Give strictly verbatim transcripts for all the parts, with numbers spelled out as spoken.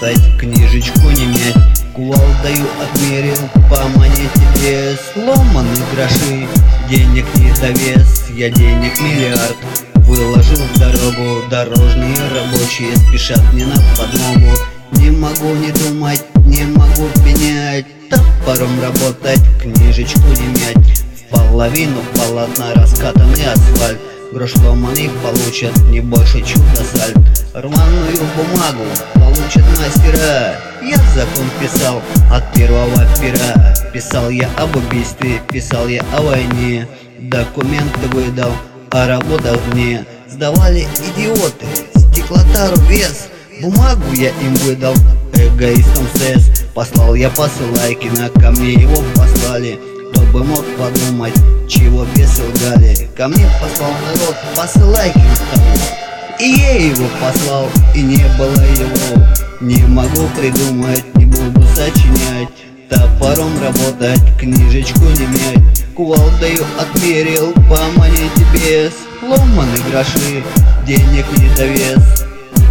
работать, книжечку не мять. Кувалдою отмерил по монете две, сломаны гроши, денег не довес. Я денег миллиард выложил в дорогу, дорожные рабочие спешат мне на подмогу. Не могу не думать, не могу пенять, топором работать, книжечку не мять. В половину полотна раскатанный асфальт, грош ломаный получат не больше чудо-сальт. Рваную бумагу получат мастера. Я закон писал от первого пера. Писал я об убийстве, писал я о войне. Документы выдал о работах мне. Сдавали идиоты стеклотару вес. Бумагу я им выдал, эгоистом сэс. Послал я посылайки, на ко мне его послали. Кто бы мог подумать, чего бесы лгали. Ко мне послал народ посылайки на того. И я его послал, и не было его. Не могу придумать, не буду сочинять, топором работать, книжечку не мять. Кувалдою отмерил по монете без, ломаны гроши, денег не довес.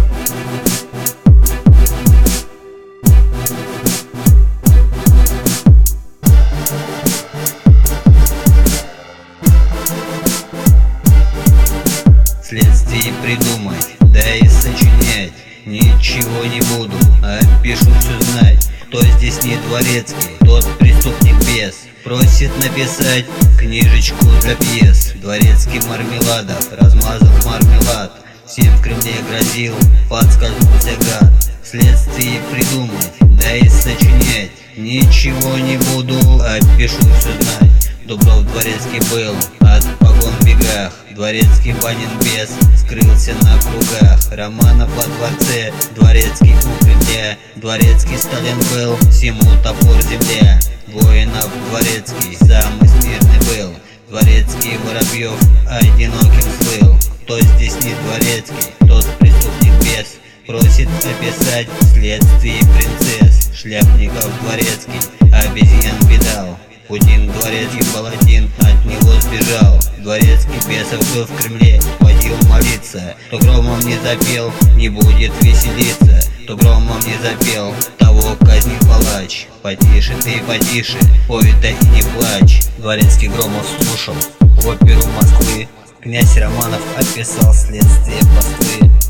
Следствие придумать, да и сочинять ничего не буду, а пишу все знать. Кто здесь не дворецкий, тот преступник без. Просит написать книжечку для пьес. Дворецкий Мармеладов размазал мармелад, всем в Кремле грозил, подскользнулся гад. Следствие придумать, да и сочинять ничего не буду, а пишу все знать. Дубров дворецкий был, от погон в бегах. Дворецкий Банин без, скрылся на кругах. Романов во дворце, дворецкий у Кремля. Дворецкий Сталин был, всему топор земля. Воинов дворецкий, самый смирный был. Дворецкий Воробьев одиноким слыл. Кто здесь не дворецкий, тот преступник без. Просит описать следствие принцесс. Шляпников дворецкий, обезьян видал. Путин дворецкий паладин, от него сбежал. Дворецкий бесов был в Кремле, ходил молиться. Кто громом не запел, не будет веселиться. Кто громом не запел, того казнит палач. Потише ты, потише, ой, да и не плачь. Дворецкий Громов слушал оперу Москвы. Князь Романов описал следствие Москвы.